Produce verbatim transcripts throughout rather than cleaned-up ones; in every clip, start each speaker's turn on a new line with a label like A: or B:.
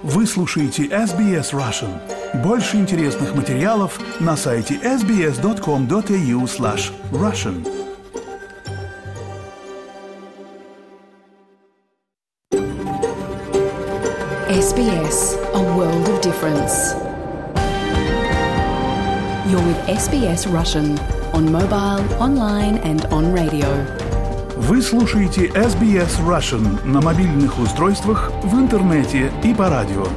A: Вы слушаете эс би эс Russian. Больше интересных материалов на сайте эс би эс точка ком точка эй ю слэш Russian.
B: эс би эс, a world of difference. You're with эс би эс Russian on mobile, online and on radio.
A: Вы слушаете эс би эс Russian на мобильных устройствах, в интернете и по радио.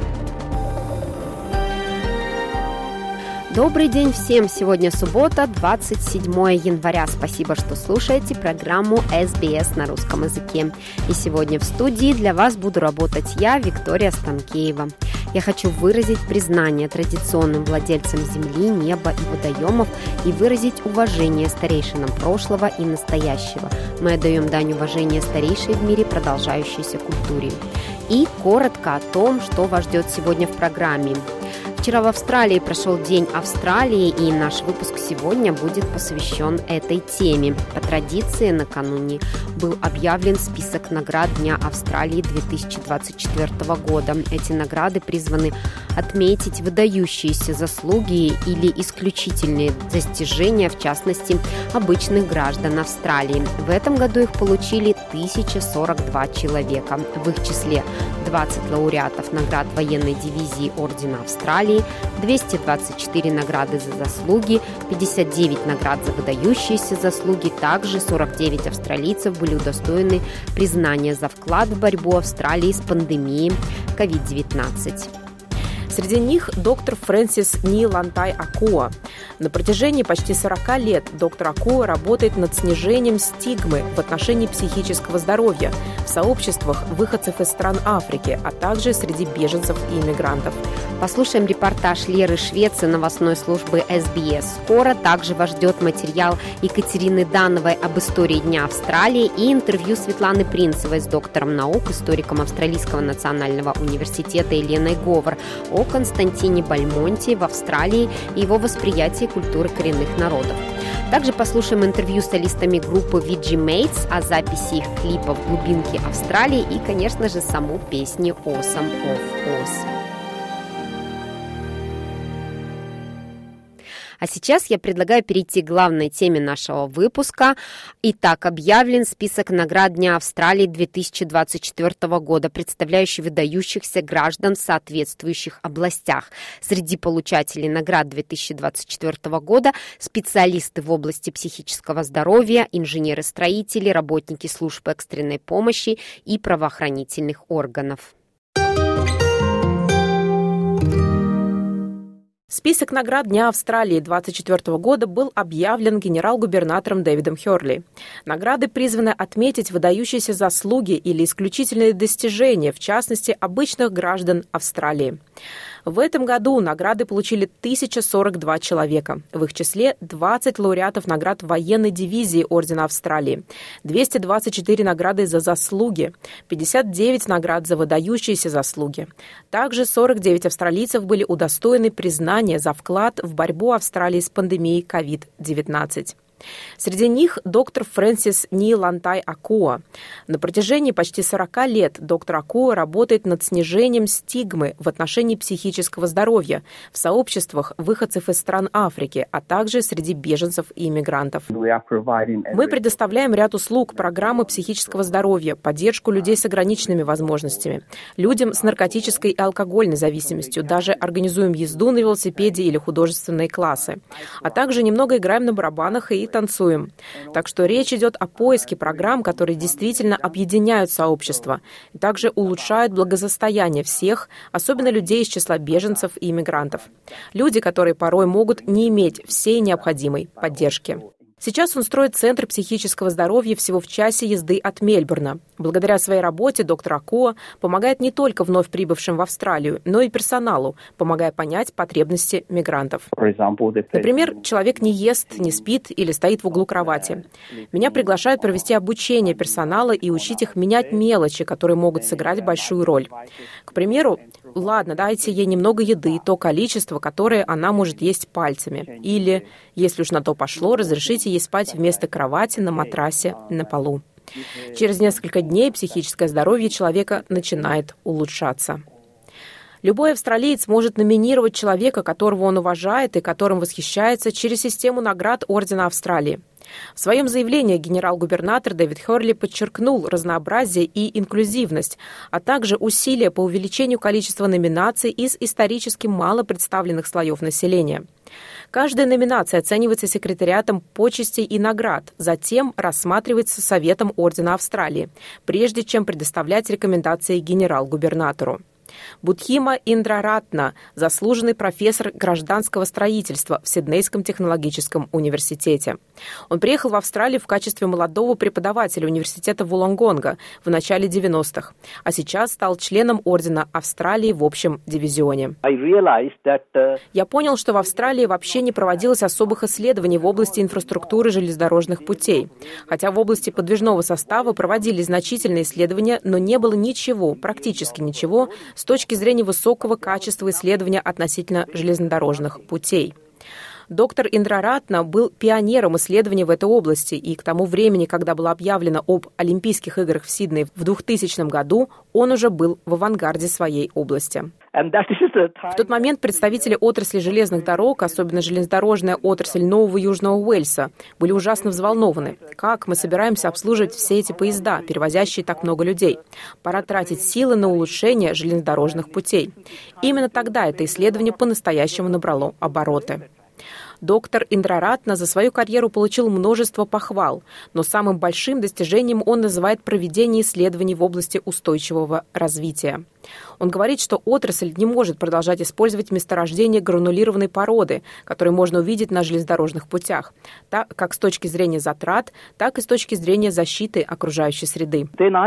C: Добрый день всем! Сегодня суббота, двадцать седьмое января. Спасибо, что слушаете программу эс би эс на русском языке. И сегодня в студии для вас буду работать я, Виктория Станкеева. Я хочу выразить признание традиционным владельцам земли, неба и водоемов и выразить уважение старейшинам прошлого и настоящего. Мы отдаем дань уважения старейшей в мире продолжающейся культуре. И коротко о том, что вас ждет сегодня в программе. Вчера в Австралии прошел День Австралии, и наш выпуск сегодня будет посвящен этой теме. По традиции, накануне был объявлен список наград Дня Австралии две тысячи двадцать четвёртого года. Эти награды призваны отметить выдающиеся заслуги или исключительные достижения, в частности, обычных граждан Австралии. В этом году их получили тысяча сорок два человека. В их числе двадцать лауреатов наград военной дивизии Ордена Австралии, двести двадцать четыре награды за заслуги, пятьдесят девять наград за выдающиеся заслуги. Также сорок девять австралийцев были удостоены признания за вклад в борьбу Австралии с пандемией ковид девятнадцать.
D: Среди них доктор Фрэнсис Ни-Лантай Акуа. На протяжении почти сорок лет доктор Акуа работает над снижением стигмы в отношении психического здоровья в сообществах выходцев из стран Африки, а также среди беженцев и иммигрантов.
C: Послушаем репортаж Леры Швецы новостной службы эс би эс. Скоро также вас ждет материал Екатерины Дановой об истории Дня Австралии и интервью Светланы Принцевой с доктором наук, историком Австралийского национального университета Еленой Говор о Константине Бальмонте в Австралии и его восприятии культуры коренных народов. Также послушаем интервью с солистами группы ви джи Mates о записи их клипов «Глубинки Австралии» и, конечно же, саму песню «Awesome of Oz». А сейчас я предлагаю перейти к главной теме нашего выпуска. Итак, объявлен список наград Дня Австралии две тысячи двадцать четвёртого года, представляющий выдающихся граждан в соответствующих областях. Среди получателей наград две тысячи двадцать четвёртого года специалисты в области психического здоровья, инженеры-строители, работники служб экстренной помощи и правоохранительных органов.
D: Список наград Дня Австралии две тысячи двадцать четвёртого года был объявлен генерал-губернатором Дэвидом Хёрли. Награды призваны отметить выдающиеся заслуги или исключительные достижения, в частности, обычных граждан Австралии. В этом году награды получили тысяча сорок два человека. В их числе двадцать лауреатов наград военной дивизии Ордена Австралии, двести двадцать четыре награды за заслуги, пятьдесят девять наград за выдающиеся заслуги. Также сорок девять австралийцев были удостоены признания за вклад в борьбу Австралии с пандемией ковид девятнадцать. Среди них доктор Фрэнсис Ни-Лантай Акуа. На протяжении почти сорок лет доктор Акуа работает над снижением стигмы в отношении психического здоровья в сообществах выходцев из стран Африки, а также среди беженцев и иммигрантов. Мы предоставляем ряд услуг, программы психического здоровья, поддержку людей с ограниченными возможностями, людям с наркотической и алкогольной зависимостью, даже организуем езду на велосипеде или художественные классы, а также немного играем на барабанах и танцуем. Так что речь идет о поиске программ, которые действительно объединяют сообщество и также улучшают благосостояние всех, особенно людей из числа беженцев и иммигрантов. Люди, которые порой могут не иметь всей необходимой поддержки. Сейчас он строит Центр психического здоровья всего в часе езды от Мельбурна. Благодаря своей работе доктор Акуа помогает не только вновь прибывшим в Австралию, но и персоналу, помогая понять потребности мигрантов. Например, человек не ест, не спит или стоит в углу кровати. Меня приглашают провести обучение персонала и учить их менять мелочи, которые могут сыграть большую роль. К примеру, ладно, дайте ей немного еды, то количество, которое она может есть пальцами. Или, если уж на то пошло, разрешите ей спать вместо кровати на матрасе на полу. Через несколько дней психическое здоровье человека начинает улучшаться. Любой австралиец может номинировать человека, которого он уважает и которым восхищается, через систему наград Ордена Австралии. В своем заявлении генерал-губернатор Дэвид Хёрли подчеркнул разнообразие и инклюзивность, а также усилия по увеличению количества номинаций из исторически мало представленных слоев населения. Каждая номинация оценивается секретариатом почестей и наград, затем рассматривается Советом Ордена Австралии, прежде чем предоставлять рекомендации генерал-губернатору. Будхима Индраратна – заслуженный профессор гражданского строительства в Сиднейском технологическом университете. Он приехал в Австралию в качестве молодого преподавателя университета Вулонгонга в начале девяностых, а сейчас стал членом Ордена Австралии в общем дивизионе. Я понял, что в Австралии вообще не проводилось особых исследований в области инфраструктуры железнодорожных путей. Хотя в области подвижного состава проводились значительные исследования, но не было ничего, практически ничего, с точки зрения высокого качества исследования относительно железнодорожных путей. Доктор Индраратна был пионером исследований в этой области, и к тому времени, когда было объявлено об Олимпийских играх в Сиднее в двухтысячном году, он уже был в авангарде своей области. В тот момент представители отрасли железных дорог, особенно железнодорожная отрасль Нового Южного Уэльса, были ужасно взволнованы. Как мы собираемся обслуживать все эти поезда, перевозящие так много людей? Пора тратить силы на улучшение железнодорожных путей. Именно тогда это исследование по-настоящему набрало обороты. Доктор Индраратна за свою карьеру получил множество похвал, но самым большим достижением он называет проведение исследований в области устойчивого развития. Он говорит, что отрасль не может продолжать использовать месторождения гранулированной породы, которые можно увидеть на железнодорожных путях, так как с точки зрения затрат, так и с точки зрения защиты окружающей среды.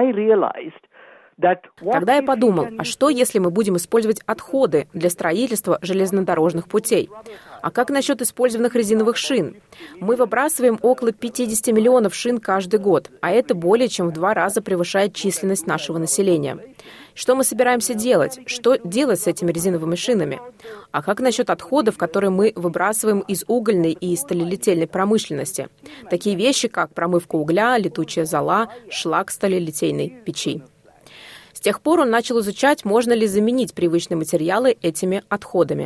D: Тогда я подумал, а что, если мы будем использовать отходы для строительства железнодорожных путей? А как насчет использованных резиновых шин? Мы выбрасываем около пятьдесят миллионов шин каждый год, а это более чем в два раза превышает численность нашего населения. Что мы собираемся делать? Что делать с этими резиновыми шинами? А как насчет отходов, которые мы выбрасываем из угольной и сталелитейной промышленности? Такие вещи, как промывка угля, летучая зола, шлак сталелитейной печи. С тех пор он начал изучать, можно ли заменить привычные материалы этими отходами.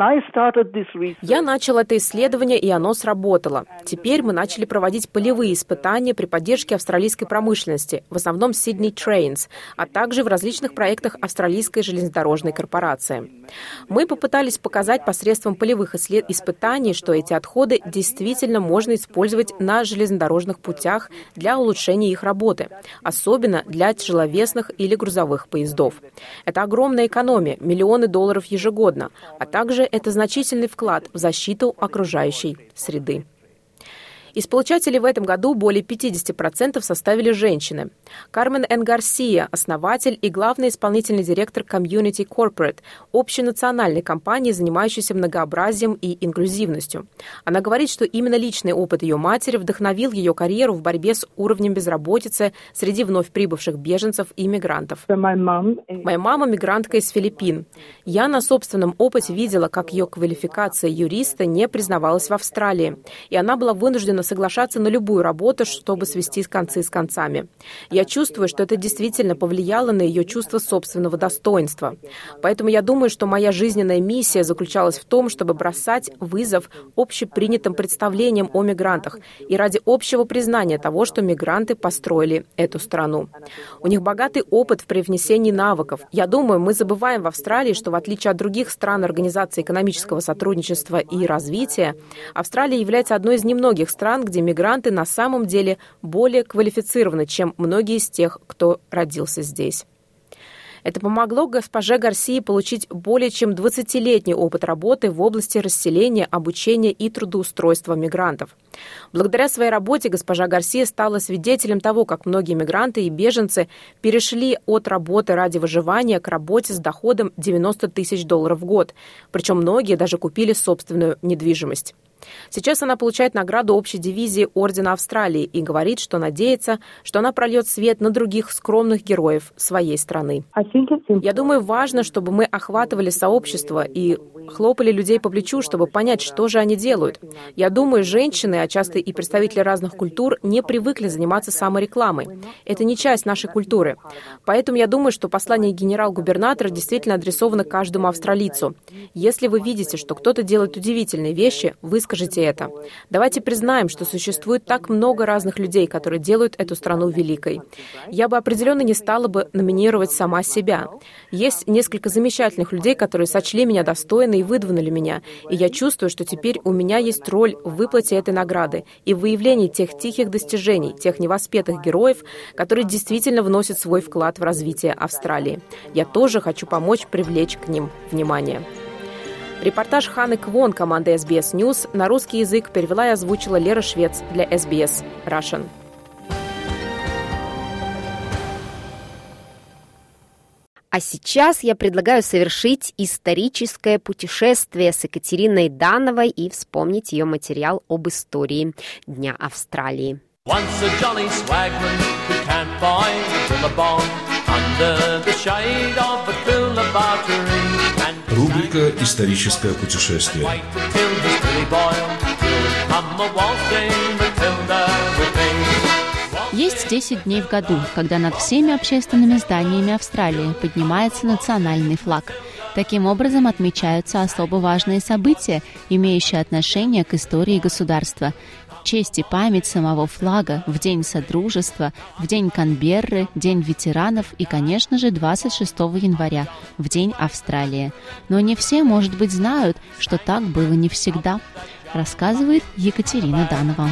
D: Я начал это исследование, и оно сработало. Теперь мы начали проводить полевые испытания при поддержке австралийской промышленности, в основном Sydney Trains, а также в различных проектах Австралийской железнодорожной корпорации. Мы попытались показать посредством полевых исслед... испытаний, что эти отходы действительно можно использовать на железнодорожных путях для улучшения их работы, особенно для тяжеловесных или грузовых поездов. Это огромная экономия, миллионы долларов ежегодно, а также это значительный вклад в защиту окружающей среды. Из получателей в этом году более пятьдесят процентов составили женщины. Кармен Н. Гарсия, основатель и главный исполнительный директор Community Corporate, общенациональной компании, занимающейся многообразием и инклюзивностью. Она говорит, что именно личный опыт ее матери вдохновил ее карьеру в борьбе с уровнем безработицы среди вновь прибывших беженцев и мигрантов. Моя мама мигрантка из Филиппин. Я на собственном опыте видела, как ее квалификация юриста не признавалась в Австралии, и она была вынуждена соглашаться на любую работу, чтобы свести концы с концами. Я чувствую, что это действительно повлияло на ее чувство собственного достоинства. Поэтому я думаю, что моя жизненная миссия заключалась в том, чтобы бросать вызов общепринятым представлениям о мигрантах и ради общего признания того, что мигранты построили эту страну. У них богатый опыт в привнесении навыков. Я думаю, мы забываем в Австралии, что в отличие от других стран Организации экономического сотрудничества и развития, Австралия является одной из немногих стран, где мигранты на самом деле более квалифицированы, чем многие из тех, кто родился здесь. Это помогло госпоже Гарсии получить более чем двадцатилетний опыт работы в области расселения, обучения и трудоустройства мигрантов. Благодаря своей работе госпожа Гарсия стала свидетелем того, как многие мигранты и беженцы перешли от работы ради выживания к работе с доходом девяносто тысяч долларов в год. Причем многие даже купили собственную недвижимость. Сейчас она получает награду общей дивизии Ордена Австралии и говорит, что надеется, что она прольет свет на других скромных героев своей страны. Я думаю, важно, чтобы мы охватывали сообщество и хлопали людей по плечу, чтобы понять, что же они делают. Я думаю, женщины, а часто и представители разных культур, не привыкли заниматься саморекламой. Это не часть нашей культуры. Поэтому я думаю, что послание генерал-губернатора действительно адресовано каждому австралийцу. Если вы видите, что кто-то делает удивительные вещи, выскажите это. Давайте признаем, что существует так много разных людей, которые делают эту страну великой. Я бы определенно не стала бы номинировать сама себя. Есть несколько замечательных людей, которые сочли меня достойной и выдвинули меня. И я чувствую, что теперь у меня есть роль в выплате этой награды и в выявлении тех тихих достижений, тех невоспетых героев, которые действительно вносят свой вклад в развитие Австралии. Я тоже хочу помочь привлечь к ним внимание. Репортаж Ханны Квон команды эс би эс News на русский язык перевела и озвучила Лера Швец для эс би эс Russian.
C: А сейчас я предлагаю совершить историческое путешествие с Екатериной Дановой и вспомнить ее материал об истории Дня Австралии.
E: Рубрика «Историческое путешествие».
F: Есть десять дней в году, когда над всеми общественными зданиями Австралии поднимается национальный флаг. Таким образом отмечаются особо важные события, имеющие отношение к истории государства. Честь и память самого флага в День Содружества, в День Канберры, День ветеранов и, конечно же, двадцать шестого января, в День Австралии. Но не все, может быть, знают, что так было не всегда, рассказывает Екатерина Данова.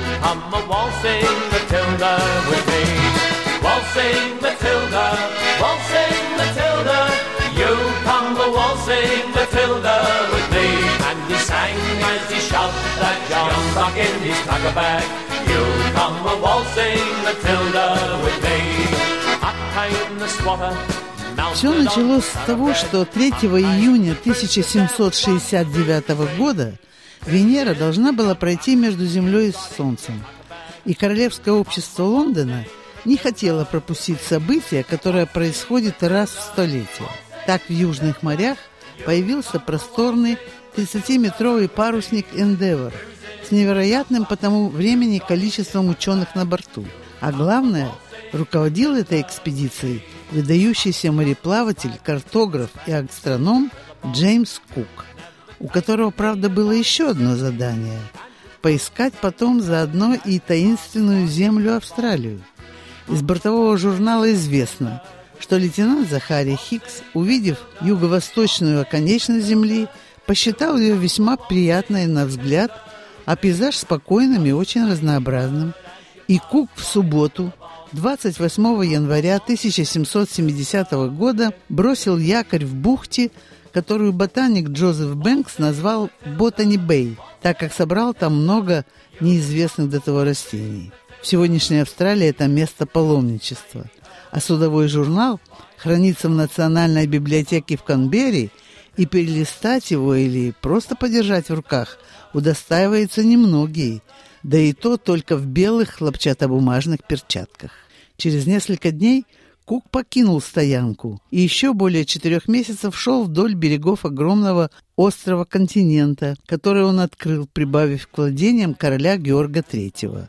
G: Все началось с того, что третьего июня тысяча семьсот шестьдесят девятого года Венера должна была пройти между Землей и Солнцем. И Королевское общество Лондона не хотело пропустить событие, которое происходит раз в столетие. Так в южных морях появился просторный тридцатиметровый парусник Endeavour с невероятным по тому времени количеством ученых на борту. А главное, руководил этой экспедицией выдающийся мореплаватель, картограф и астроном Джеймс Кук, у которого, правда, было еще одно задание – поискать потом заодно и таинственную землю Австралию. Из бортового журнала известно, что лейтенант Захари Хикс, увидев юго-восточную оконечность Земли, посчитал ее весьма приятной на взгляд, а пейзаж спокойным и очень разнообразным. И Кук в субботу, двадцать восьмого января тысяча семьсот семидесятого года, бросил якорь в бухте, которую ботаник Джозеф Бэнкс назвал Ботани-Бэй, так как собрал там много неизвестных до того растений. В сегодняшней Австралии это место паломничества. А судовой журнал хранится в Национальной библиотеке в Канберре, и перелистать его или просто подержать в руках удостаивается немногие, да и то только в белых хлопчатобумажных перчатках. Через несколько дней Кук покинул стоянку и еще более четырех месяцев шел вдоль берегов огромного острова-континента, который он открыл, прибавив к владениям короля Георга Третьего.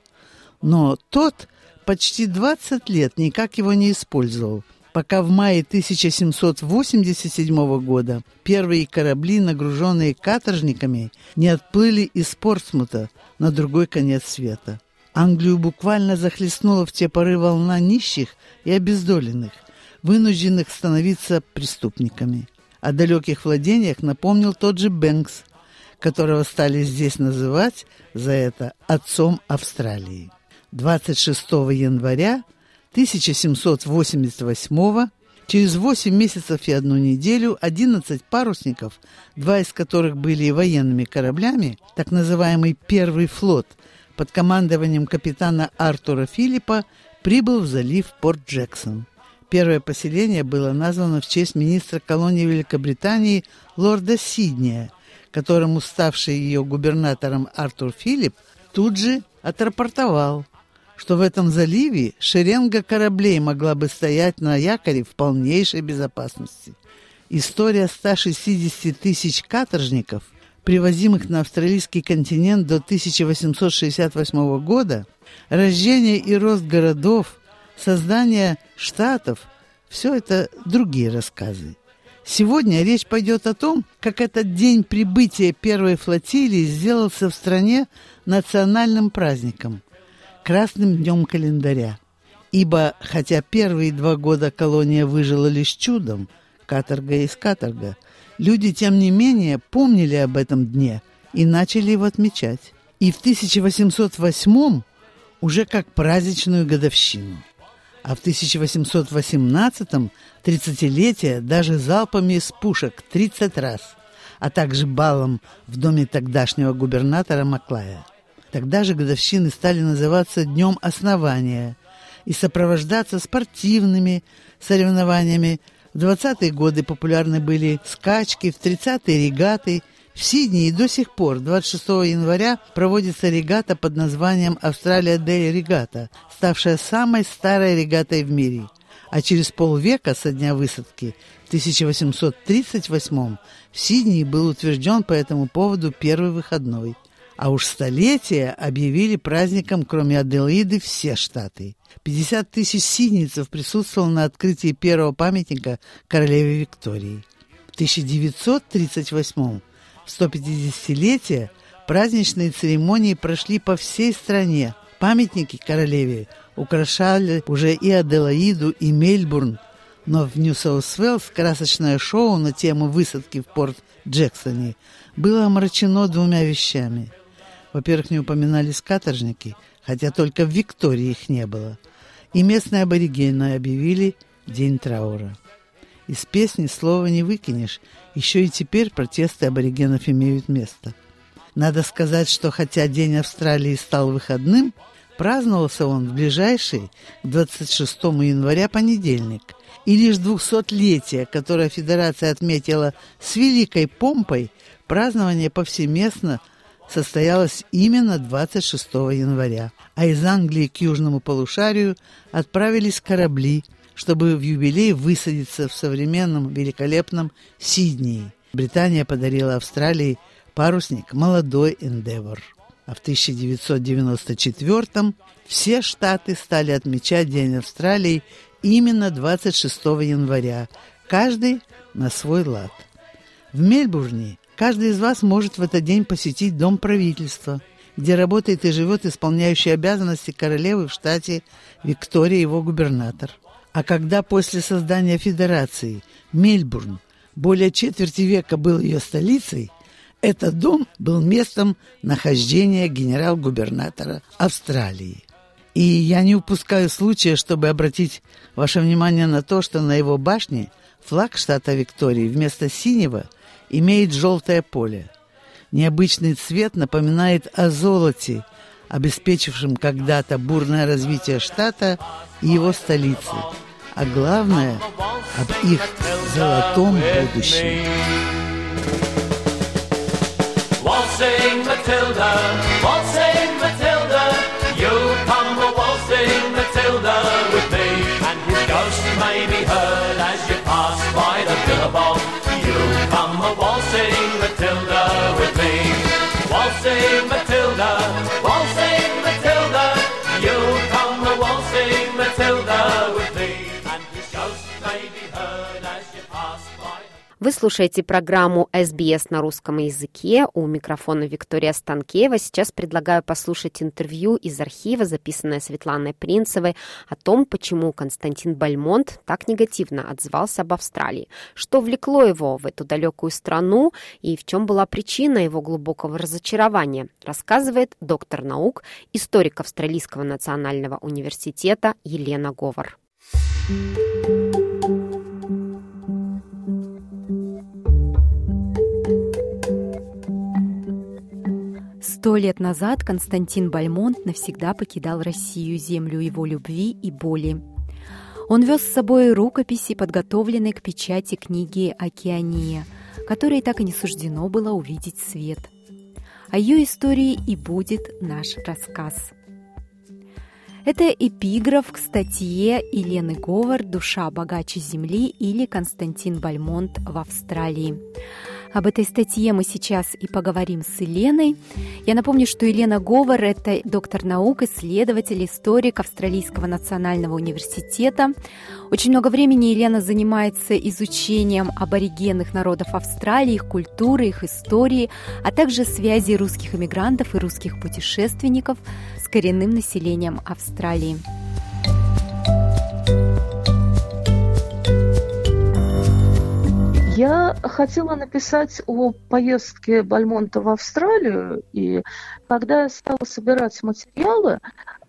G: Но тот почти двадцать лет никак его не использовал, пока в мае тысяча семьсот восемьдесят седьмого года первые корабли, нагруженные каторжниками, не отплыли из Портсмута на другой конец света. Англию буквально захлестнула в те поры волна нищих и обездоленных, вынужденных становиться преступниками. О далеких владениях напомнил тот же Бэнкс, которого стали здесь называть за это «отцом Австралии». двадцать шестого января тысяча семьсот восемьдесят восьмого, через восемь месяцев и одну неделю, одиннадцать парусников, два из которых были военными кораблями, так называемый «Первый флот», под командованием капитана Артура Филиппа, прибыл в залив Порт-Джексон. Первое поселение было названо в честь министра колонии Великобритании лорда Сиднея, которому ставший ее губернатором Артур Филипп тут же отрапортовал, что в этом заливе шеренга кораблей могла бы стоять на якоре в полнейшей безопасности. История ста шестидесяти тысяч каторжников, привозимых на австралийский континент до тысяча восемьсот шестьдесят восьмого года, рождение и рост городов, создание штатов – все это другие рассказы. Сегодня речь пойдет о том, как этот день прибытия первой флотилии сделался в стране национальным праздником – красным днем календаря. Ибо, хотя первые два года колония выжила лишь чудом, каторга есть каторга, люди, тем не менее, помнили об этом дне и начали его отмечать. И в тысяча восемьсот восьмом уже как праздничную годовщину. А в тысяча восемьсот восемнадцатом тридцатилетие даже залпами из пушек тридцать раз, а также балом в доме тогдашнего губернатора Маклая. Тогда же годовщины стали называться Днем основания и сопровождаться спортивными соревнованиями. В двадцатые годы популярны были скачки, в тридцатые регаты. В Сиднее до сих пор двадцать шестого января проводится регата под названием «Австралия Дэй Регата», ставшая самой старой регатой в мире. А через полвека со дня высадки в тысяча восемьсот тридцать восьмом в Сиднее был утвержден по этому поводу первый выходной. А уж столетия объявили праздником, кроме Аделаиды, все штаты. пятьдесят тысяч сиднейцев присутствовало на открытии первого памятника королеве Виктории. В тысяча девятьсот тридцать восьмом, в сто пятидесятилетие, праздничные церемонии прошли по всей стране. Памятники королеве украшали уже и Аделаиду, и Мельбурн. Но в Нью-Саус-Уэллс красочное шоу на тему высадки в Порт-Джексоне было омрачено двумя вещами. Во-первых, не упоминались каторжники, хотя только в Виктории их не было. И местные аборигены объявили день траура. Из песни слова не выкинешь, еще и теперь протесты аборигенов имеют место. Надо сказать, что хотя День Австралии стал выходным, праздновался он в ближайший, двадцать шестого января, понедельник. И лишь двухсотлетие, которое Федерация отметила с великой помпой, празднование повсеместно состоялось именно двадцать шестого января. А из Англии к южному полушарию отправились корабли, чтобы в юбилей высадиться в современном великолепном Сиднее. Британия подарила Австралии парусник «Молодой Эндевор». А в тысяча девятьсот девяносто четвёртом все штаты стали отмечать День Австралии именно двадцать шестого января, каждый на свой лад. В Мельбурне каждый из вас может в этот день посетить Дом правительства, где работает и живет исполняющий обязанности королевы в штате Виктория, его губернатор. А когда после создания Федерации Мельбурн более четверти века был ее столицей, этот дом был местом нахождения генерал-губернатора Австралии. И я не упускаю случая, чтобы обратить ваше внимание на то, что на его башне флаг штата Виктории вместо синего имеет желтое поле. Необычный цвет напоминает о золоте, обеспечившем когда-то бурное развитие штата и его столицы, а главное – об их золотом будущем.
H: Waltzing Matilda, waltzing Matilda, you'll come a waltzing Matilda with me, and his ghost may be heard as you pass by the billabong. You'll come a waltzing Matilda with me, waltzing Matilda, waltzing Matilda, you'll come a waltzing Matilda with me, and his ghost may be heard as you pass by.
C: Вы слушаете программу эс би эс на русском языке. У микрофона Виктория Станкеева. Сейчас предлагаю послушать интервью из архива, записанное Светланой Принцевой, о том, почему Константин Бальмонт так негативно отзывался об Австралии, что влекло его в эту далекую страну и в чем была причина его глубокого разочарования, рассказывает доктор наук, историк Австралийского национального университета Елена Говор.
I: Сто лет назад Константин Бальмонт навсегда покидал Россию, землю его любви и боли. Он вез с собой рукописи, подготовленные к печати книги «Океания», которой так и не суждено было увидеть свет. О ее истории и будет наш рассказ. Это эпиграф к статье Елены Говард «Душа богаче земли» или «Константин Бальмонт в Австралии». Об этой статье мы сейчас и поговорим с Еленой. Я напомню, что Елена Говард – это доктор наук, исследователь, историк Австралийского национального университета. Очень много времени Елена занимается изучением аборигенных народов Австралии, их культуры, их истории, а также связи русских эмигрантов и русских путешественников с коренным населением Австралии.
J: Я хотела написать о поездке Бальмонта в Австралию, и когда я стала собирать материалы,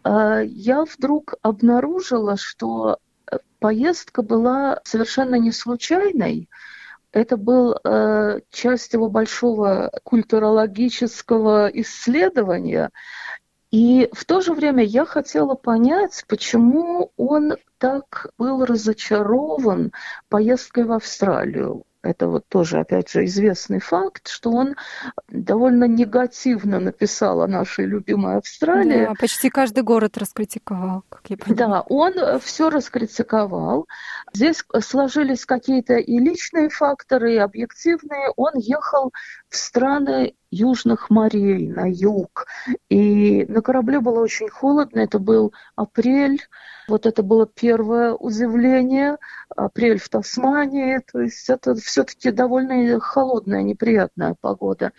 J: я вдруг обнаружила, что поездка была совершенно не случайной. Это был часть его большого культурологического исследования. И в то же время я хотела понять, почему он так был разочарован поездкой в Австралию. Это вот тоже, опять же, известный факт, что он довольно негативно написал о нашей любимой Австралии.
I: Да, почти каждый город раскритиковал, как я понимаю.
J: Да, он все раскритиковал. Здесь сложились какие-то и личные факторы, и объективные. Он ехал в страны южных морей, на юг. И на корабле было очень холодно, это был апрель. Вот это было первое удивление. Апрель в Тасмании, то есть это все-таки довольно холодная, неприятная погода.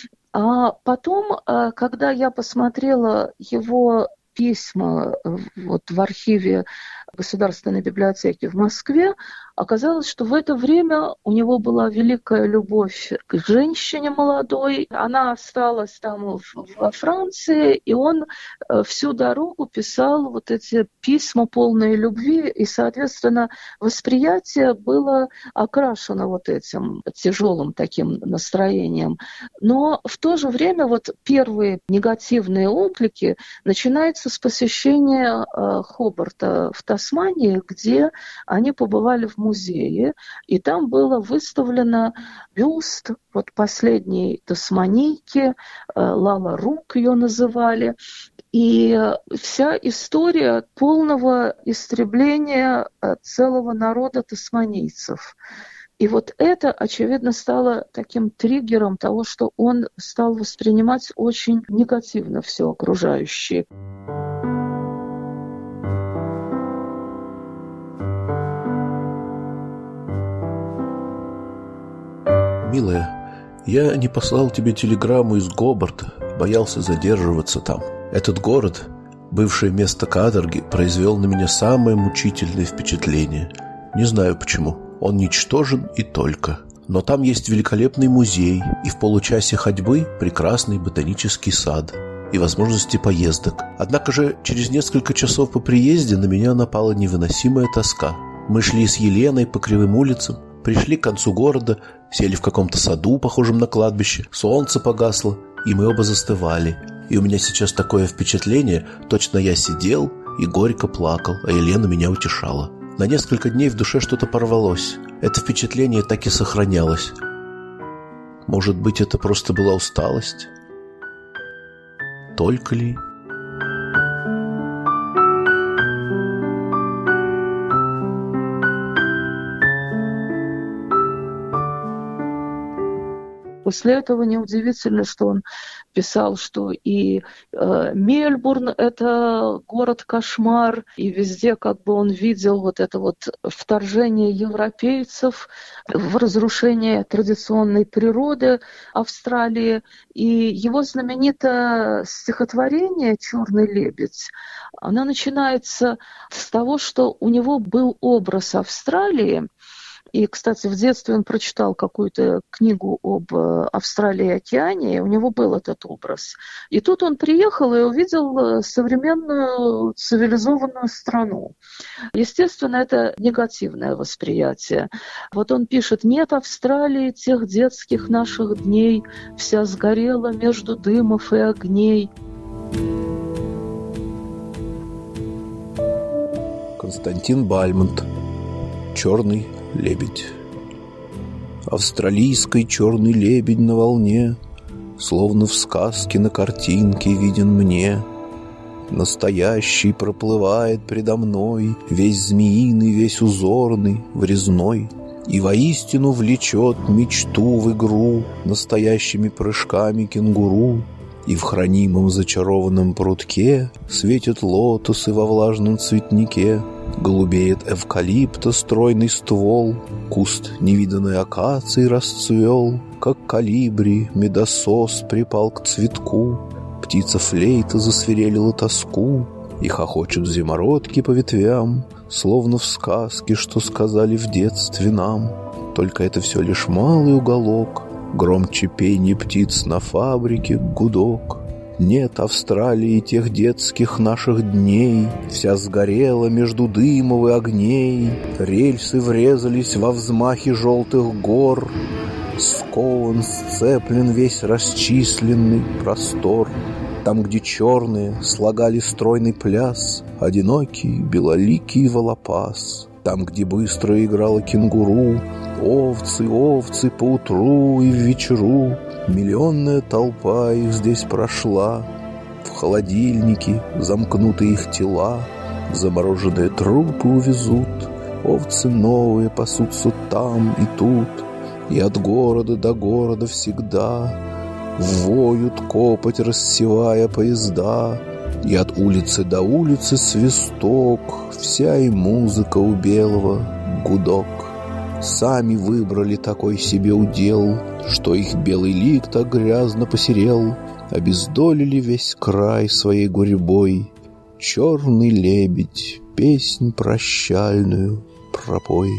J: А потом, когда я посмотрела его письма вот в архиве Государственной библиотеки в Москве, оказалось, что в это время у него была великая любовь к женщине молодой. Она осталась там во Франции, и он всю дорогу писал вот эти письма, полные любви, и, соответственно, восприятие было окрашено вот этим тяжелым таким настроением. Но в то же время вот первые негативные отклики начинаются с посещения Хобарта в Тасмании, где они побывали в музее, и там было выставлено бюст вот последней тасманийки, Лала Рук ее называли, и вся история полного истребления целого народа тасманийцев. И вот это, очевидно, стало таким триггером того, что он стал воспринимать очень негативно все окружающее.
K: Милая, я не послал тебе телеграмму из Гобарта, боялся задерживаться там. Этот город, бывшее место каторги, произвел на меня самое мучительное впечатление. Не знаю почему. Он ничтожен и только. Но там есть великолепный музей и в получасе ходьбы прекрасный ботанический сад и возможности поездок. Однако же через несколько часов по приезде на меня напала невыносимая тоска. Мы шли с Еленой по кривым улицам, пришли к концу города, сели в каком-то саду, похожем на кладбище, солнце погасло, и мы оба застывали. И у меня сейчас такое впечатление, точно я сидел и горько плакал, а Елена меня утешала. На несколько дней в душе что-то порвалось. Это впечатление так и сохранялось. Может быть, это просто была усталость? Только ли?
J: После этого неудивительно, что он писал, что и э, Мельбурн – это город-кошмар, и везде как бы он видел вот это вот вторжение европейцев в разрушение традиционной природы Австралии. И его знаменитое стихотворение «Черный лебедь», оно начинается с того, что у него был образ Австралии. И, кстати, в детстве он прочитал какую-то книгу об Австралии и океане, и у него был этот образ. И тут он приехал и увидел современную цивилизованную страну. Естественно, это негативное восприятие. Вот он пишет: «Нет Австралии тех детских наших дней, вся сгорела между дымов и огней».
K: Константин Бальмонт. «Черный лебедь». австралийской черный лебедь на волне, словно в сказке на картинке виден мне. Настоящий проплывает предо мной, весь змеиный, весь узорный, врезной, и воистину влечет мечту в игру настоящими прыжками кенгуру. И в хранимом зачарованном прутке светят лотосы во влажном цветнике, голубеет эвкалипта стройный ствол, куст невиданной акации расцвел, как калибри медосос припал к цветку, птица флейта засвирелила тоску, и хохочут зимородки по ветвям, словно в сказке, что сказали в детстве нам. Только это все лишь малый уголок, громче пенье птиц на фабрике гудок. Нет Австралии тех детских наших дней, вся сгорела между дымов и огней. Рельсы врезались во взмахи желтых гор, скован, сцеплен весь расчисленный простор. Там, где черные слагали стройный пляс, одинокий белоликий волопас. Там, где быстро играла кенгуру, овцы, овцы поутру и в вечеру. Миллионная толпа их здесь прошла, в холодильнике замкнуты их тела, замороженные трупы увезут, овцы новые пасутся там и тут, и от города до города всегда воют копоть, рассевая поезда, и от улицы до улицы свисток, вся и музыка у белого гудок. Сами выбрали такой себе удел, что их белый лик так грязно посерел, обездолили весь край своей гурьбой. Черный лебедь, песнь прощальную пропой.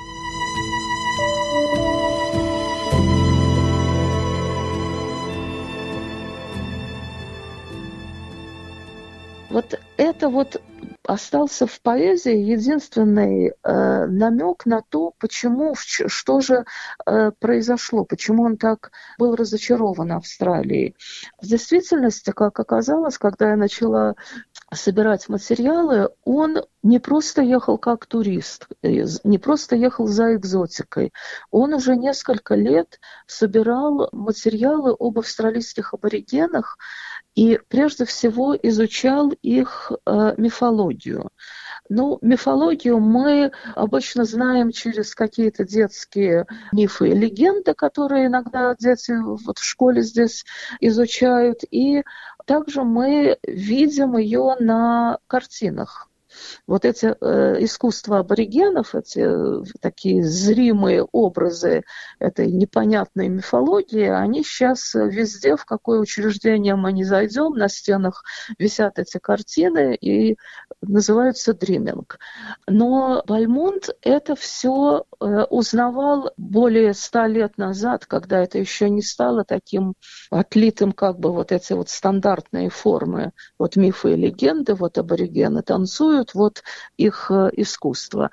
J: Вот это вот остался в поэзии единственный э, намек на то, почему, что же э, произошло, почему он так был разочарован Австралией. В действительности, как оказалось, когда я начала собирать материалы, он не просто ехал как турист, не просто ехал за экзотикой. Он уже несколько лет собирал материалы об австралийских аборигенах и прежде всего изучал их э, мифологию. Ну, мифологию мы обычно знаем через какие-то детские мифы и легенды, которые иногда дети вот в школе здесь изучают. И также мы видим ее на картинах. Вот эти э, искусства аборигенов, эти э, такие зримые образы этой непонятной мифологии, они сейчас везде, в какое учреждение мы не зайдем, на стенах висят эти картины и называются дриминг. Но Бальмонт это все э, узнавал более ста лет назад, когда это еще не стало таким отлитым, как бы вот эти вот стандартные формы, вот мифы и легенды, вот аборигены танцуют, вот их искусство.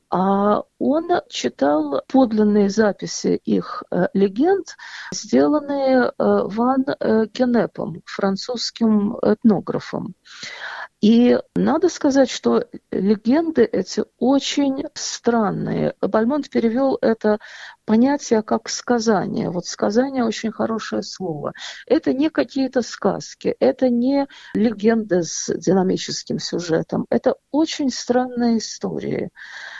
J: А он читал подлинные записи их легенд, сделанные Ван Генепом, французским этнографом. И надо сказать, что легенды эти очень странные. Бальмонт перевел это понятие как сказание. Вот сказание очень хорошее слово. Это не какие-то сказки, это не легенды с динамическим сюжетом. Это очень странные истории,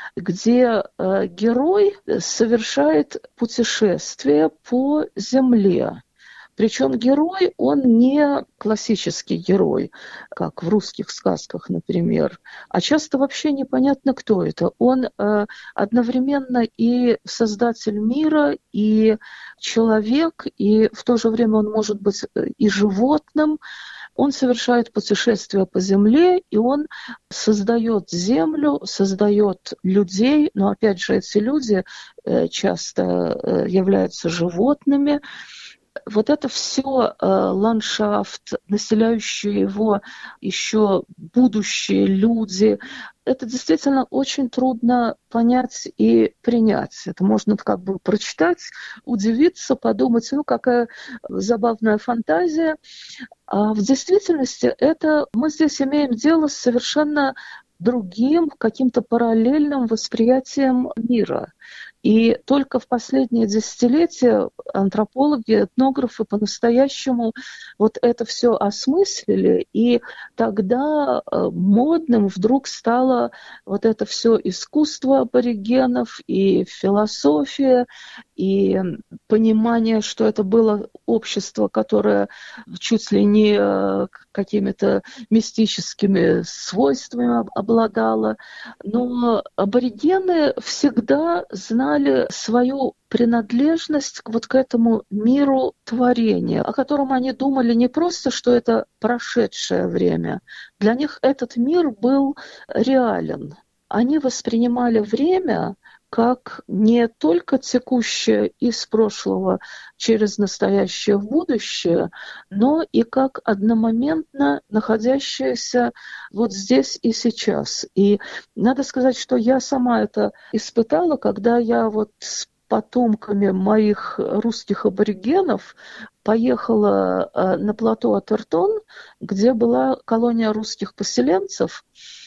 J: где э, герой совершает путешествие по земле. Причем герой, он не классический герой, как в русских сказках, например, а часто вообще непонятно, кто это. Он э, одновременно и создатель мира, и человек, и в то же время он может быть и животным. Он совершает путешествие по земле, и он создает землю, создает людей, но опять же эти люди э, часто э, являются животными. Вот это все э, ландшафт, населяющие его еще будущие люди, это действительно очень трудно понять и принять. Это можно как бы прочитать, удивиться, подумать, ну какая забавная фантазия. А в действительности это мы здесь имеем дело с совершенно другим, каким-то параллельным восприятием мира. И только в последние десятилетия антропологи, этнографы по-настоящему вот это все осмыслили, и тогда модным вдруг стало вот это все искусство аборигенов и философия, и понимание, что это было общество, которое чуть ли не какими-то мистическими свойствами обладало. Но аборигены всегда знали свою принадлежность вот к этому миру творения, о котором они думали не просто, что это прошедшее время. Для них этот мир был реален. Они воспринимали время как не только текущее из прошлого через настоящее в будущее, но и как одномоментно находящееся вот здесь и сейчас. И надо сказать, что я сама это испытала, когда я вот с потомками моих русских аборигенов поехала на плато Атертон, где была колония русских поселенцев.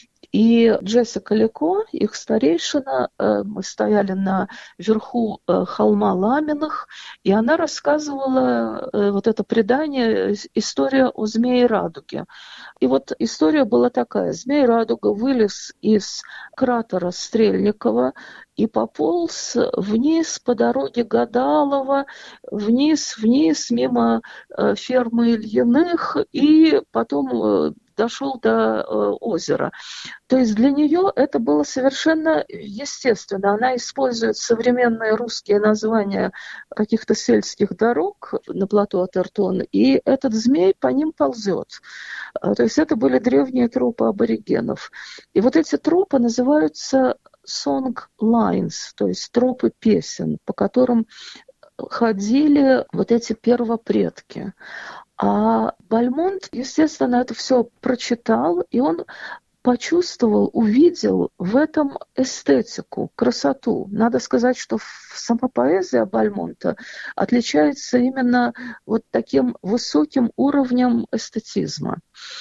J: И Джессика Леко, их старейшина, мы стояли на верху холма Ламиных, и она рассказывала вот это предание, история о Змее Радуге. И вот история была такая. Змей Радуга вылез из кратера Стрельникова и пополз вниз по дороге Гадалова, вниз-вниз мимо фермы Ильиных, и потом дошел до э, озера. То есть для нее это было совершенно естественно. Она использует современные русские названия каких-то сельских дорог на плато Атертон, и этот змей по ним ползет. То есть это были древние тропы аборигенов. И вот эти тропы называются song lines, то есть тропы песен, по которым ходили вот эти первопредки. А Бальмонт, естественно, это все прочитал, и он почувствовал, увидел в этом эстетику, красоту. Надо сказать, что сама поэзия Бальмонта отличается именно вот таким высоким уровнем эстетизма.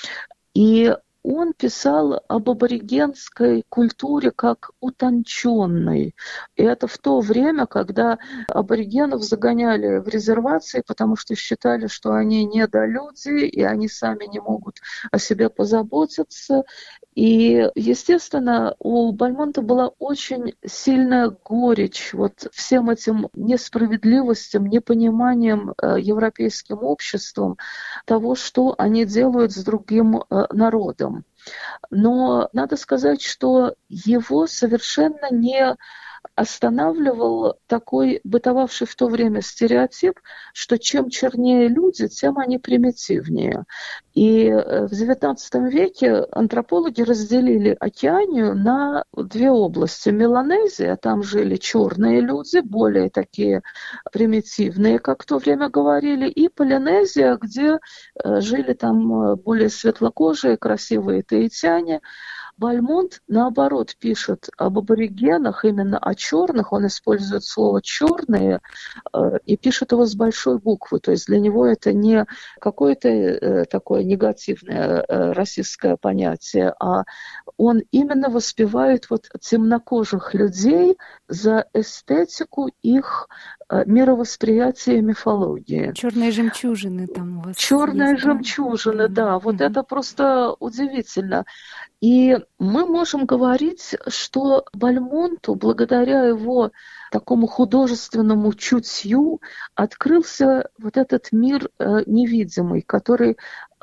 J: И он писал об аборигенской культуре как утонченной. И это в то время, когда аборигенов загоняли в резервации, потому что считали, что они недолюди, и они сами не могут о себе позаботиться. И, естественно, у Бальмонта была очень сильная горечь вот всем этим несправедливостям, непониманием европейским обществом того, что они делают с другим народом. Но надо сказать, что его совершенно не останавливал такой бытовавший в то время стереотип, что чем чернее люди, тем они примитивнее. И в девятнадцатом веке антропологи разделили Океанию на две области. Меланезия, там жили черные люди, более такие примитивные, как в то время говорили, и Полинезия, где жили там более светлокожие, красивые таитяне. Бальмонт, наоборот, пишет об аборигенах, именно о черных, он использует слово «черные» э, и пишет его с большой буквы, то есть для него это не какое-то э, такое негативное э, расистское понятие, а он именно воспевает вот темнокожих людей за эстетику их э, мировосприятия и мифологии.
I: Черные жемчужины там у вас.
J: Черные
I: есть,
J: жемчужины, да, да. Вот
I: mm-hmm.
J: это просто удивительно. И мы можем говорить, что Бальмонту, благодаря его такому художественному чутью, открылся вот этот мир э, невидимый, который э,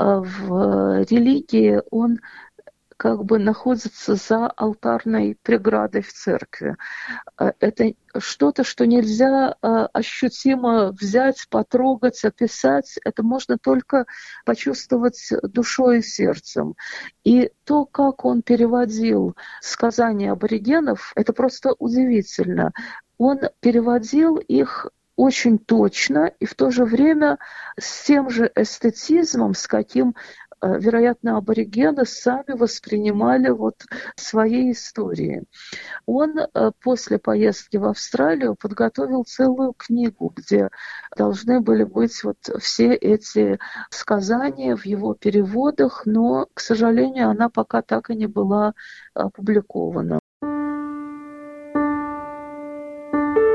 J: в религии, он как бы находится за алтарной преградой в церкви. Это что-то, что нельзя ощутимо взять, потрогать, описать. Это можно только почувствовать душой и сердцем. И то, как он переводил сказания аборигенов, это просто удивительно. Он переводил их очень точно и в то же время с тем же эстетизмом, с каким, вероятно, аборигены сами воспринимали вот свои истории. Он после поездки в Австралию подготовил целую книгу, где должны были быть вот все эти сказания в его переводах, но, к сожалению, она пока так и не была опубликована.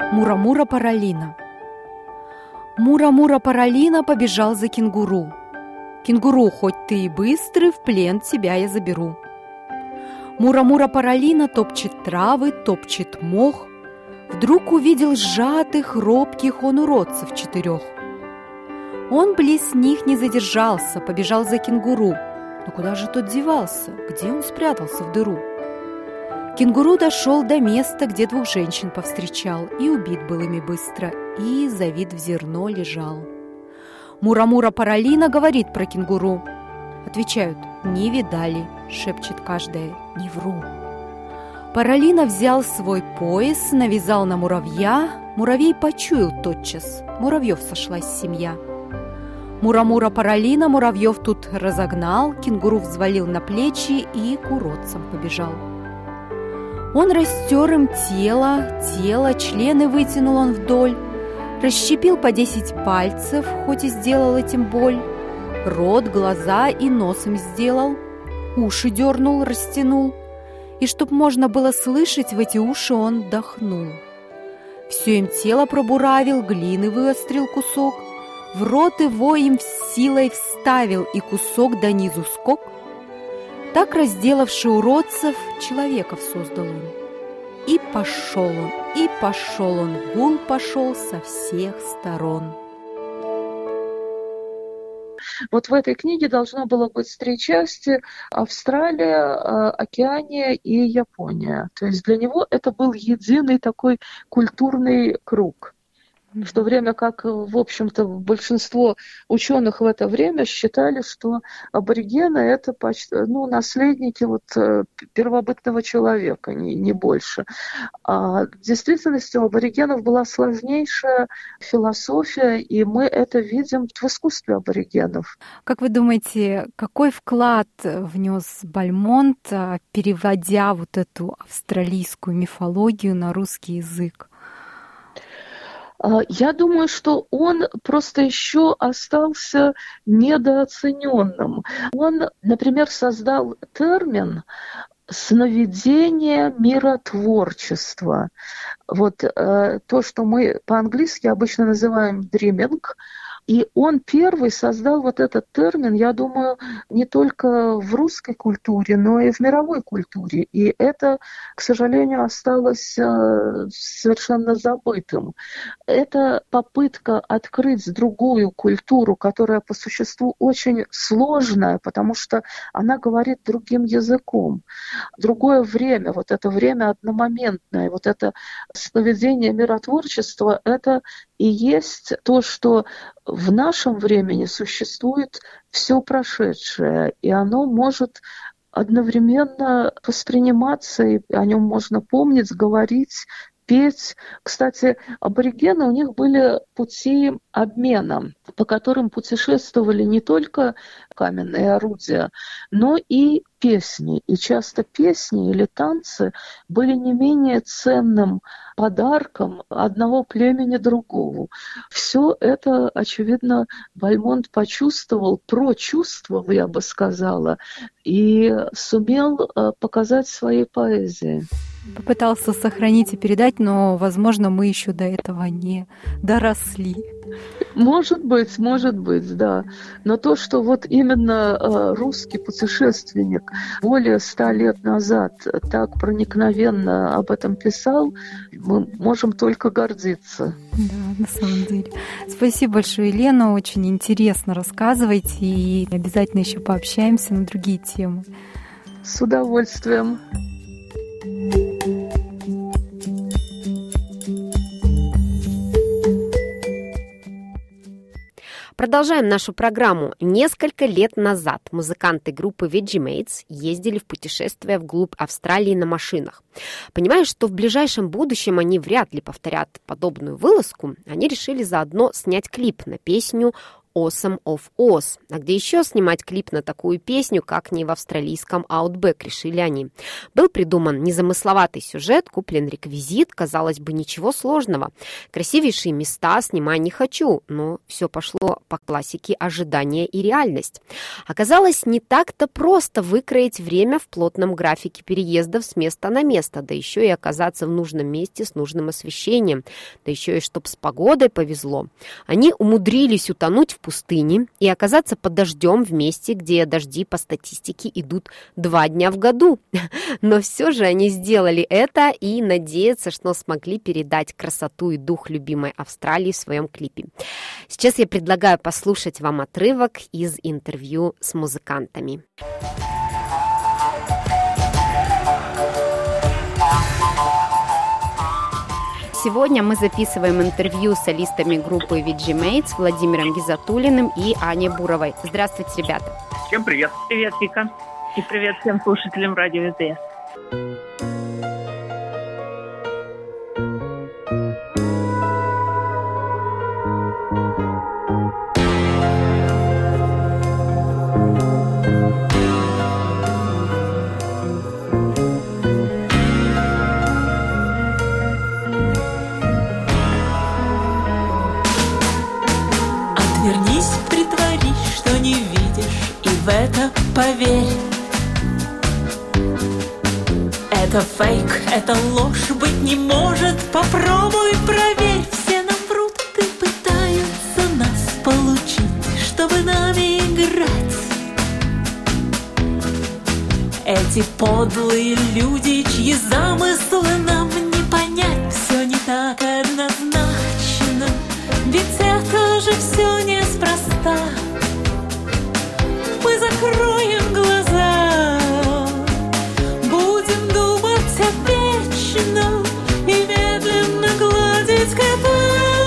I: Мура-Мура Паралина. Мура-Мура Паралина побежал за кенгуру. «Кенгуру, хоть ты и быстрый, в плен тебя я заберу». Мура-Мура Паралина топчет травы, топчет мох. Вдруг увидел сжатых, робких он уродцев четырех. Он близ них не задержался, побежал за кенгуру. Но куда же тот девался? Где он спрятался в дыру? Кенгуру дошел до места, где двух женщин повстречал, и убит был ими быстро, и завит в зерно лежал. Мура-Мура Паралина говорит про кенгуру. Отвечают: «Не видали», шепчет каждая: «Не вру». Паралина взял свой пояс, навязал на муравья. Муравей почуял тотчас, муравьев сошлась семья. Мура-Мура Паралина муравьев тут разогнал, кенгуру взвалил на плечи и к уродцам побежал. Он растер им тело, тело, члены вытянул он вдоль, расщепил по десять пальцев, хоть и сделал этим боль, рот, глаза и нос им сделал, уши дернул, растянул, и чтоб можно было слышать, в эти уши он дохнул. Все им тело пробуравил, глины выострил кусок, в рот его им силой вставил, и кусок до низу скок. Так, разделавши уродцев, человеков создал он. И пошел он, и пошел он, гул пошел со всех сторон.
J: Вот в этой книге должно было быть три части: Австралия, Океания и Япония. То есть для него это был единый такой культурный круг. В то время как, в общем-то, большинство ученых в это время считали, что аборигены – это почти, ну, наследники вот первобытного человека, не, не больше. А в действительности у аборигенов была сложнейшая философия, и мы это видим в искусстве аборигенов.
I: Как вы думаете, какой вклад внес Бальмонт, переводя вот эту австралийскую мифологию на русский язык?
J: Я думаю, что он просто еще остался недооцененным. Он, например, создал термин «сновидение миротворчества». Вот э, то, что мы по-английски обычно называем «dreaming», и он первый создал вот этот термин, я думаю, не только в русской культуре, но и в мировой культуре. И это, к сожалению, осталось совершенно забытым. Это попытка открыть другую культуру, которая по существу очень сложная, потому что она говорит другим языком. Другое время, вот это время одномоментное, вот это сновидение миротворчества, это и есть то, что в нашем времени существует все прошедшее, и оно может одновременно восприниматься, и о нем можно помнить, говорить, петь. Кстати, аборигены, у них были пути обмена, по которым путешествовали не только каменные орудия, но и песни. И часто песни или танцы были не менее ценным подарком одного племени другому. Все это, очевидно, Бальмонт почувствовал, прочувствовал, я бы сказала, и сумел показать в своей поэзии.
I: Попытался сохранить и передать, но, возможно, мы еще до этого не доросли.
J: Может быть, может быть, да. Но то, что вот именно э, русский путешественник более ста лет назад так проникновенно об этом писал, мы можем только гордиться.
I: Да, на самом деле. Спасибо большое, Елена. Очень интересно рассказываете, и обязательно еще пообщаемся на другие темы.
J: С удовольствием.
C: Продолжаем нашу программу. Несколько лет назад музыканты группы Vegemates ездили в путешествие вглубь Австралии на машинах. Понимая, что в ближайшем будущем они вряд ли повторят подобную вылазку, они решили заодно снять клип на песню Awesome of Oz. А где еще снимать клип на такую песню, как не в австралийском Outback, решили они. Был придуман незамысловатый сюжет, куплен реквизит, казалось бы, ничего сложного. Красивейшие места снимать не хочу, но все пошло по классике ожидания и реальность. Оказалось, не так-то просто выкроить время в плотном графике переездов с места на место, да еще и оказаться в нужном месте с нужным освещением, да еще и чтоб с погодой повезло. Они умудрились утонуть в пустыне и оказаться под дождем в месте, где дожди по статистике идут два дня в году. Но все же они сделали это и надеются, что смогли передать красоту и дух любимой Австралии в своем клипе. Сейчас я предлагаю послушать вам отрывок из интервью с музыкантами.
L: Сегодня мы записываем интервью с солистами группы ви джи Mates Владимиром Гизатуллиным и Аней Буровой. Здравствуйте, ребята.
M: Всем привет.
N: Привет, Вика. И привет всем слушателям радио эс би эс.
O: Это поверь. Это фейк, это ложь, быть не может. Попробуй, проверь. Все нам врут и пытаются нас получить, чтобы нами играть. Эти подлые люди, чьи замыслы нам не понять. Все не так однозначно, ведь это же все неспроста. Мы закроем глаза, будем думать о вечном и медленно гладить кота.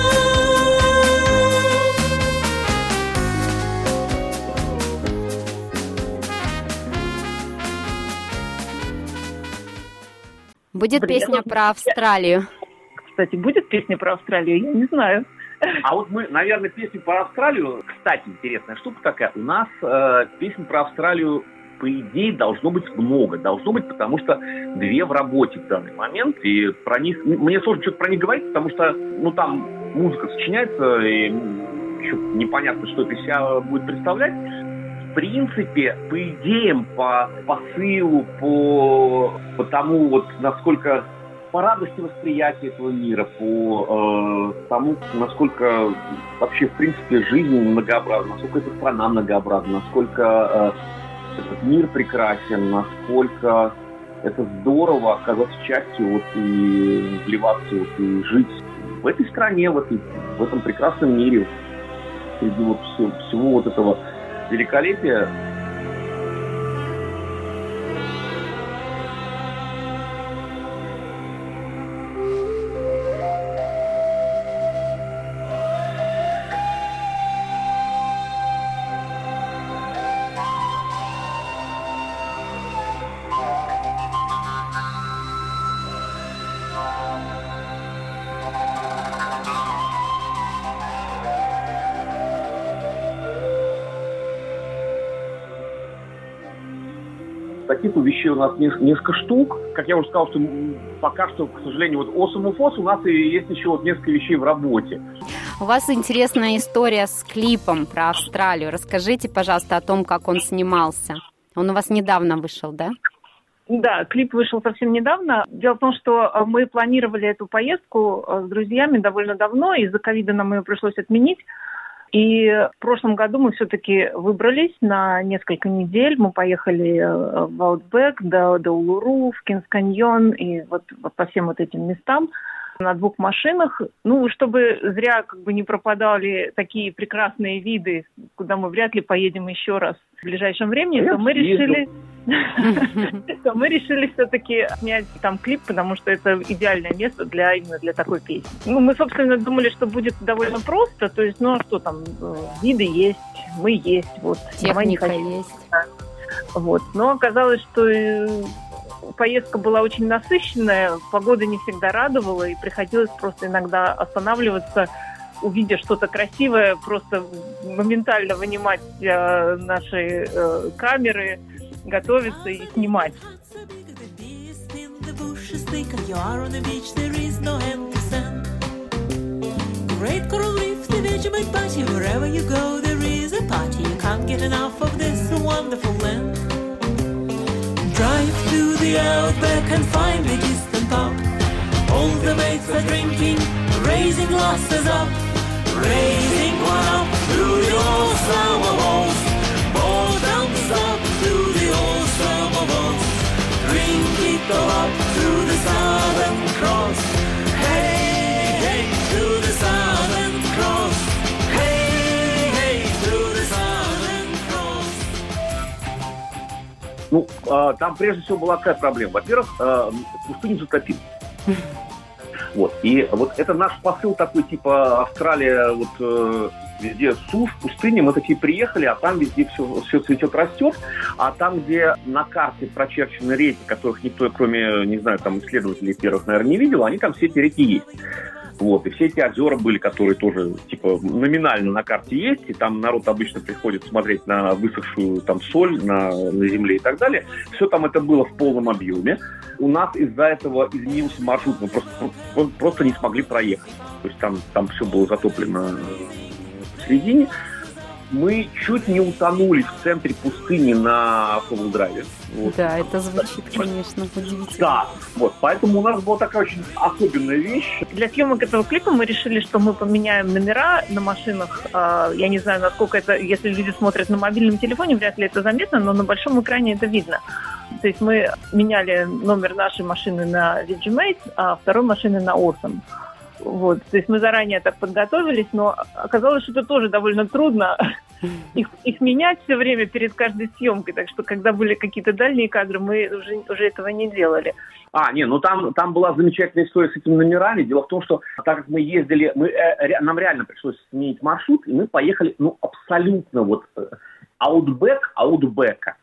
L: Будет песня про Австралию.
N: Кстати, будет песня про Австралию? Я не знаю.
M: А вот мы, наверное, песню про Австралию... Кстати, интересная штука такая. У нас э, песен про Австралию, по идее, должно быть много. Должно быть, потому что две в работе в данный момент. И про них... Мне сложно что-то про них говорить, потому что, ну, там музыка сочиняется, и еще непонятно, что это из себя будет представлять. В принципе, по идеям, по посылу, по, по тому, вот, насколько... по радости восприятия этого мира, по э, тому, насколько вообще, в принципе, жизнь многообразна, насколько эта страна многообразна, насколько э, этот мир прекрасен, насколько это здорово оказаться частью вот, и вливаться вот, и жить в этой стране, в, этой, в этом прекрасном мире, среди вот всего, всего вот этого великолепия. Таких вещей у нас несколько штук. Как я уже сказал, что пока что, к сожалению, вот Awesome of Oz у нас и есть еще вот несколько вещей в работе.
L: У вас интересная история с клипом про Австралию. Расскажите, пожалуйста, о том, как он снимался. Он у вас недавно вышел, да?
N: Да, клип вышел совсем недавно. Дело в том, что мы планировали эту поездку с друзьями довольно давно, из-за ковида нам ее пришлось отменить. И в прошлом году мы все-таки выбрались на несколько недель. Мы поехали в Outback, до, до Улуру, в Кингс-Каньон и вот, вот по всем вот этим местам на двух машинах. Ну, чтобы зря как бы не пропадали такие прекрасные виды, куда мы вряд ли поедем еще раз в ближайшем времени, то мы решили... то мы решили все-таки снять там клип, потому что это идеальное место для именно для такой песни. Ну, мы, собственно, думали, что будет довольно просто, то есть, ну, а что там, виды есть, мы есть, вот.
L: Техника есть.
N: Вот. Но оказалось, что поездка была очень насыщенная, погода не всегда радовала, и приходилось просто иногда останавливаться увидя что-то красивое, просто моментально вынимать э, наши э, камеры, готовиться и снимать.
O: Great coral reef, the Vegemite party. Wherever you go, there is a party. You can't get enough of this wonderful land. Drive to the outback and find a distant pub. All the mates are drinking, raising glasses up, raising one up to the old summer waltz. Both thumbs up to the old summer waltz. Drink it all up to the Southern Cross. Hey, hey, to the Southern Cross. Hey, hey, to the Southern Cross.
M: Ну, э, там прежде всего была какая проблема. Во-первых, э, пустыню затопили. Вот. И вот это наш посыл такой, типа Австралия, вот э, везде сушь, пустыня, мы такие приехали, а там везде все, все цветет, растет, а там, где на карте прочерчены реки, которых никто, кроме, не знаю, там исследователей первых, наверное, не видел, они там все эти реки есть. Вот, и все эти озера были, которые тоже, типа, номинально на карте есть, и там народ обычно приходит смотреть на высохшую там соль на, на земле и так далее. Все там это было в полном объеме. У нас из-за этого изменился маршрут, мы просто, просто не смогли проехать. То есть там, там все было затоплено в середине. Мы чуть не утонули в центре пустыни на Фолл-драйве. Вот.
L: Да, это звучит, конечно, удивительно.
M: Да, вот, поэтому у нас была такая очень особенная вещь.
N: Для съемок этого клипа мы решили, что мы поменяем номера на машинах. Я не знаю, насколько это, если люди смотрят на мобильном телефоне, вряд ли это заметно, но на большом экране это видно. То есть мы меняли номер нашей машины на Vegemite, а второй машины на Awesome. Вот, то есть мы заранее так подготовились, но оказалось, что это тоже довольно трудно их, их менять все время перед каждой съемкой. Так что, когда были какие-то дальние кадры, мы уже, уже этого не делали.
M: А, не, ну там, там была замечательная история с этими номерами. Дело в том, что так как мы ездили, мы, э, нам реально пришлось сменить маршрут, и мы поехали, ну, абсолютно вот аутбэк аутбэка.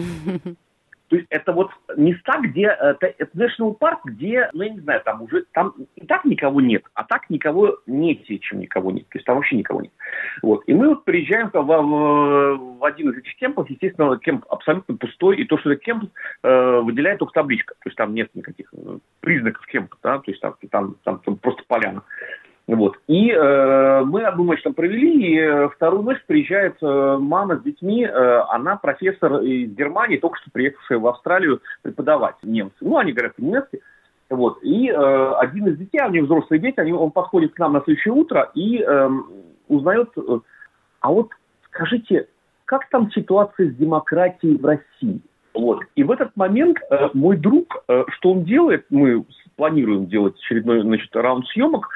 M: То есть это вот места, где, это, это National Park, где, ну я не знаю, там уже, там и так никого нет, а так никого нет, чем никого нет. То есть там вообще никого нет. Вот. И мы вот приезжаем в, в, в один из этих кемпов, естественно, кемп абсолютно пустой, и то, что это кемп, э, выделяет только табличка. То есть там нет никаких признаков кемпа, да, то есть там, там, там, там просто поляна. Вот. И э, мы одну ночь там провели, и вторую ночь приезжает э, мама с детьми, э, она профессор из Германии, только что приехавшая в Австралию преподавать, немцы. Ну, они говорят по-немецки. Вот. И э, один из детей, у них взрослые дети, они, он подходит к нам на следующее утро и э, узнает, э, а вот скажите, как там ситуация с демократией в России? Вот. И в этот момент э, мой друг, э, что он делает, мы планируем делать очередной, значит, раунд съемок,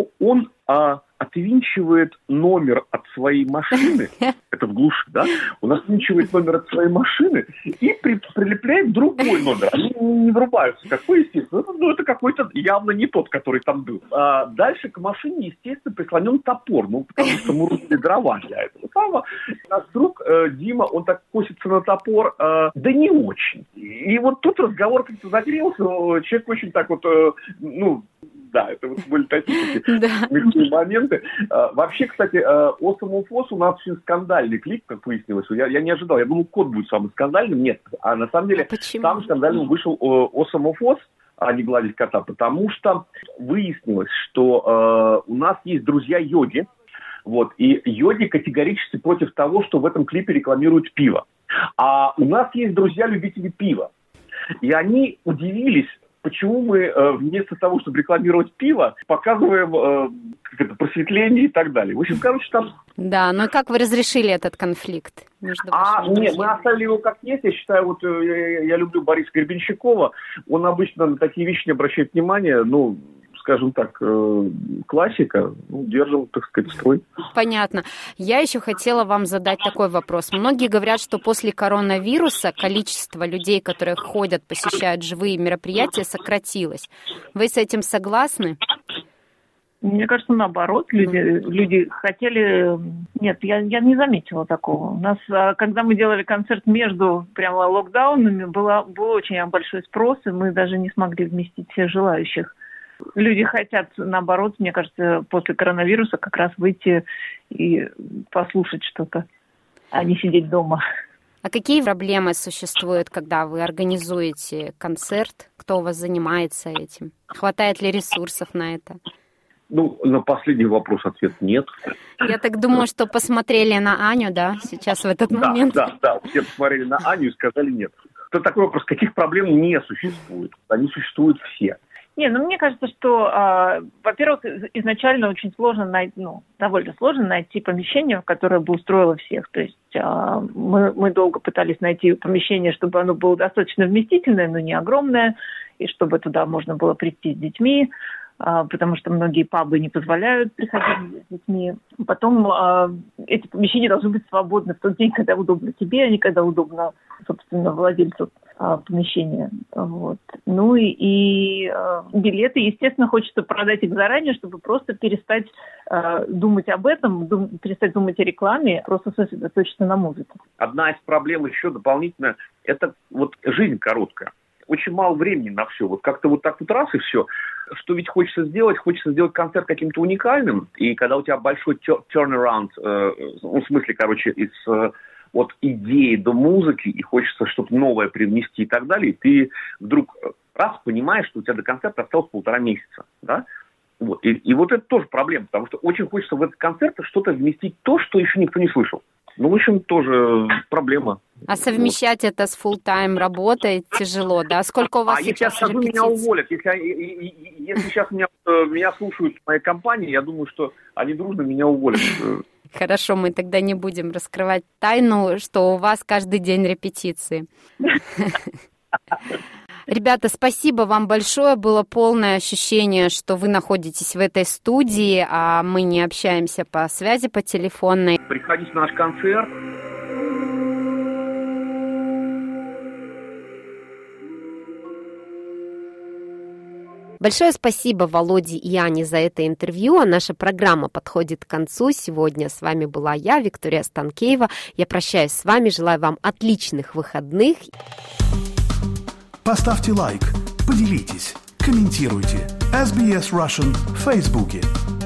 M: он а, отвинчивает номер от своей машины, это в глуши, да, он отвинчивает номер от своей машины и при, прилепляет другой номер. Они не врубаются, какой, естественно, ну, это какой-то явно не тот, который там был. А дальше к машине, естественно, прислонен топор, ну, потому что мы рубили дрова для этого самого. Наш друг э, Дима, он так косится на топор, э, да не очень. И вот тут разговор как-то загрелся, человек очень так вот, э, ну, да, это вот были такие смешные моменты. А, вообще, кстати, Awesome Falls у нас очень скандальный клип, как выяснилось. Я, я не ожидал, я думал, кот будет самым скандальным. Нет, а на самом деле а самым скандальным вышел Awesome Falls, а не гладить кота, потому что выяснилось, что э, у нас есть друзья-йоги, вот, и йоги категорически против того, что в этом клипе рекламируют пиво. А у нас есть друзья-любители пива. И они удивились, почему мы э, вместо того, чтобы рекламировать пиво, показываем э, как это, просветление и так далее. В общем, короче, там...
L: Да, но как вы разрешили этот конфликт между
M: А,
L: вашими
M: нет,
L: друзьями?
M: мы оставили его как есть. Я считаю, вот я, я люблю Бориса Гребенщикова. Он обычно на такие вещи не обращает внимания. Ну, скажем так, э, классика. Ну, держим, так сказать, строй.
L: Понятно. Я еще хотела вам задать такой вопрос. Многие говорят, что после коронавируса количество людей, которые ходят, посещают живые мероприятия, сократилось. Вы с этим согласны?
N: Мне кажется, наоборот, люди, люди хотели... Нет, я, я не заметила такого. У нас, когда мы делали концерт между прямо локдаунами, было, был очень большой спрос, и мы даже не смогли вместить всех желающих. Люди хотят, наоборот, мне кажется, после коронавируса как раз выйти и послушать что-то, а не сидеть дома.
L: А какие проблемы существуют, когда вы организуете концерт? Кто у вас занимается этим? Хватает ли ресурсов на это?
M: Ну, на последний вопрос ответ нет.
L: Я так думаю, что посмотрели на Аню, да, сейчас в этот момент?
M: Да, да, да, все посмотрели на Аню и сказали нет. Это такой вопрос, каких проблем не существует? Они существуют все.
N: Не, ну мне кажется, что, э, во-первых, изначально очень сложно найти, ну, довольно сложно найти помещение, которое бы устроило всех. То есть э, мы, мы долго пытались найти помещение, чтобы оно было достаточно вместительное, но не огромное, и чтобы туда можно было прийти с детьми, э, потому что многие пабы не позволяют приходить с детьми. Потом э, эти помещения должны быть свободны в тот день, когда удобно тебе, а не когда удобно, собственно, владельцу помещения. Вот. Ну и, и э, билеты, естественно, хочется продать их заранее, чтобы просто перестать э, думать об этом, дум, перестать думать о рекламе, просто сосредоточиться на музыке.
M: Одна из проблем еще дополнительно, это вот жизнь короткая. Очень мало времени на все. Вот как-то вот так вот раз и все. Что ведь хочется сделать? Хочется сделать концерт каким-то уникальным. И когда у тебя большой turnaround, э, ну, в смысле, короче, из... Э, от идеи до музыки, и хочется что-то новое привнести и так далее, и ты вдруг раз понимаешь, что у тебя до концерта осталось полтора месяца, да? Вот. И, и вот это тоже проблема, потому что очень хочется в этот концерт что-то вместить то, что еще никто не слышал. Ну, в общем, тоже проблема.
L: А совмещать вот это с фулл-тайм работой тяжело, да? Сколько у вас
M: а
L: сейчас
M: если я скажу, меня уволят. Если, если сейчас меня, меня слушают в моей компании, я думаю, что они дружно меня уволят.
L: Хорошо, мы тогда не будем раскрывать тайну, что у вас каждый день репетиции. Ребята, спасибо вам большое. Было полное ощущение, что вы находитесь в этой студии, а мы не общаемся по связи, по телефонной.
M: Приходите на наш концерт.
C: Большое спасибо Володе и Ане за это интервью. А наша программа подходит к концу. Сегодня с вами была я, Виктория Станкеева. Я прощаюсь с вами, желаю вам отличных выходных.
A: Поставьте лайк, поделитесь, комментируйте. эс би эс Russian в Фейсбуке.